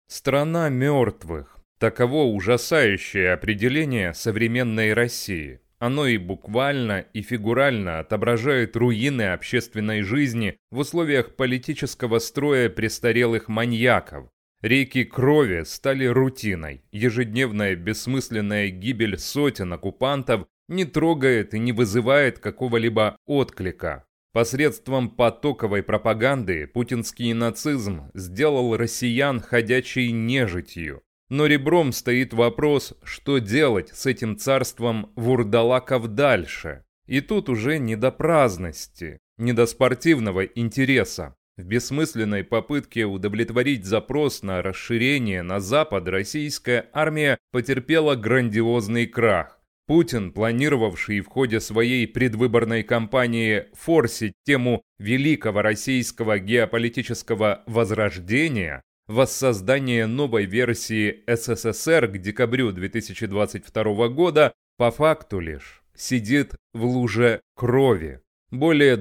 Страна мертвых. Таково ужасающее определение современной России. Оно и буквально, и фигурально отображает руины общественной жизни в условиях политического строя престарелых маньяков. Реки крови стали рутиной. Ежедневная бессмысленная гибель сотен оккупантов не трогает и не вызывает какого-либо отклика. Посредством потоковой пропаганды путинский нацизм сделал россиян ходячей нежитью. Но ребром стоит вопрос, что делать с этим царством вурдалаков дальше. И тут уже не до праздности, не до спортивного интереса. В бессмысленной попытке удовлетворить запрос на расширение на Запад российская армия потерпела грандиозный крах. Путин, планировавший в ходе своей предвыборной кампании форсить тему великого российского геополитического возрождения, воссоздание новой версии СССР к декабрю 2022 года, по факту лишь сидит в луже крови. Более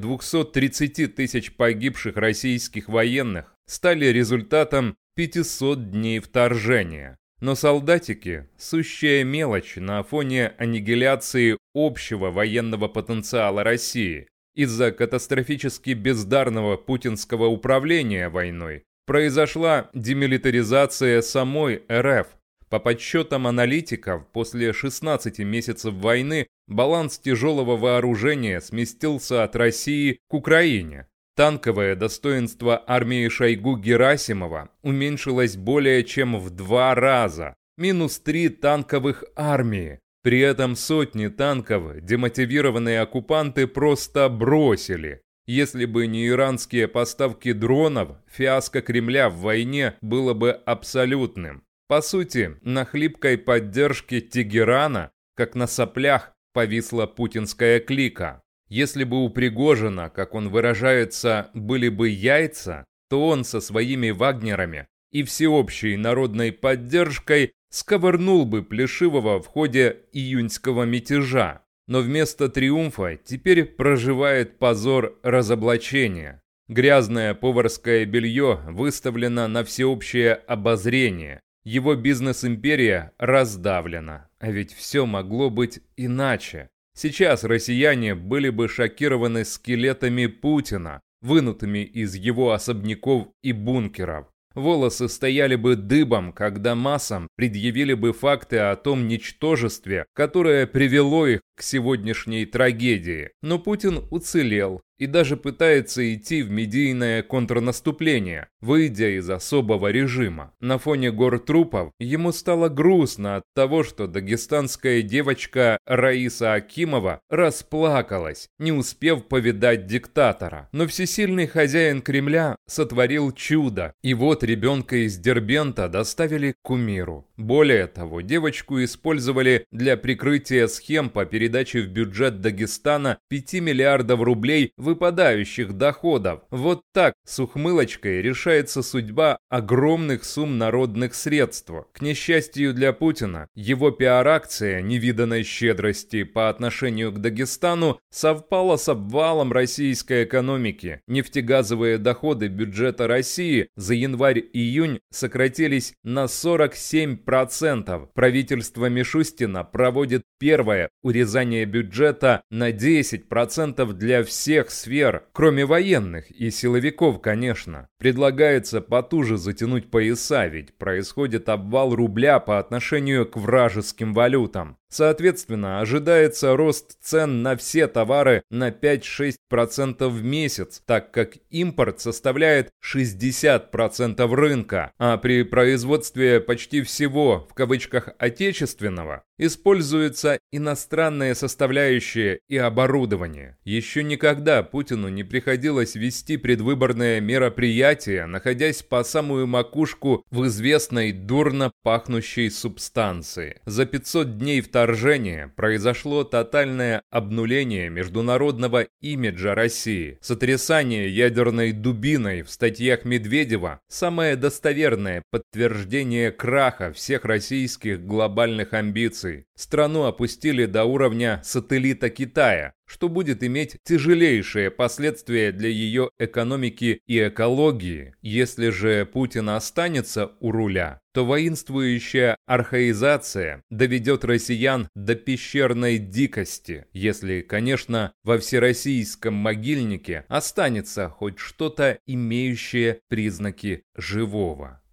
230 тысяч погибших российских военных стали результатом 500 дней вторжения. Но солдатики – сущая мелочь на фоне аннигиляции общего военного потенциала России. Из-за катастрофически бездарного путинского управления войной произошла демилитаризация самой РФ. По подсчетам аналитиков, после 16 месяцев войны баланс тяжелого вооружения сместился от России к Украине. Танковое достоинство армии Шойгу-Герасимова уменьшилось более чем в 2 раза. Минус 3 танковых армии. При этом сотни танков демотивированные оккупанты просто бросили. Если бы не иранские поставки дронов, фиаско Кремля в войне было бы абсолютным. По сути, на хлипкой поддержке Тегерана, как на соплях, повисла путинская клика. Если бы у Пригожина, как он выражается, были бы яйца, то он со своими вагнерами и всеобщей народной поддержкой сковырнул бы Плешивого в ходе июньского мятежа. Но вместо триумфа теперь проживает позор разоблачения. Грязное поварское белье выставлено на всеобщее обозрение. Его бизнес-империя раздавлена. А ведь все могло быть иначе. Сейчас россияне были бы шокированы скелетами Путина, вынутыми из его особняков и бункеров. Волосы стояли бы дыбом, когда массам предъявили бы факты о том ничтожестве, которое привело их к сегодняшней трагедии. Но Путин уцелел и даже пытается идти в медийное контрнаступление, выйдя из особого режима. На фоне гор трупов ему стало грустно от того, что дагестанская девочка Раиса Акимова расплакалась, не успев повидать диктатора. Но всесильный хозяин Кремля сотворил чудо, и вот ребенка из Дербента доставили к кумиру. Более того, девочку использовали для прикрытия схем по передаче в бюджет Дагестана 5 миллиардов рублей выпадающих доходов. Вот так с ухмылочкой решается судьба огромных сумм народных средств. К несчастью для Путина, его пиар-акция невиданной щедрости по отношению к Дагестану совпала с обвалом российской экономики. Нефтегазовые доходы бюджета России за январь-июнь сократились на 47%. Правительство Мишустина проводит первое урезание бюджета на 10% для всех сфер, кроме военных и силовиков, конечно. Предлагается потуже затянуть пояса, ведь происходит обвал рубля по отношению к вражеским валютам. Соответственно, ожидается рост цен на все товары на 5-6% в месяц, так как импорт составляет 60% рынка, а при производстве почти всего, в кавычках, отечественного, используются иностранные составляющие и оборудование. Еще никогда Путину не приходилось вести предвыборное мероприятие, находясь по самую макушку в известной дурно пахнущей субстанции. За 500 дней вторжения произошло тотальное обнуление международного имиджа России. Сотрясание ядерной дубиной в статьях Медведева – самое достоверное подтверждение краха всех российских глобальных амбиций. Страну опустили до уровня сателлита Китая, что будет иметь тяжелейшие последствия для ее экономики и экологии. Если же Путин останется у руля, то воинствующая архаизация доведет россиян до пещерной дикости, если, конечно, во всероссийском могильнике останется хоть что-то, имеющее признаки живого.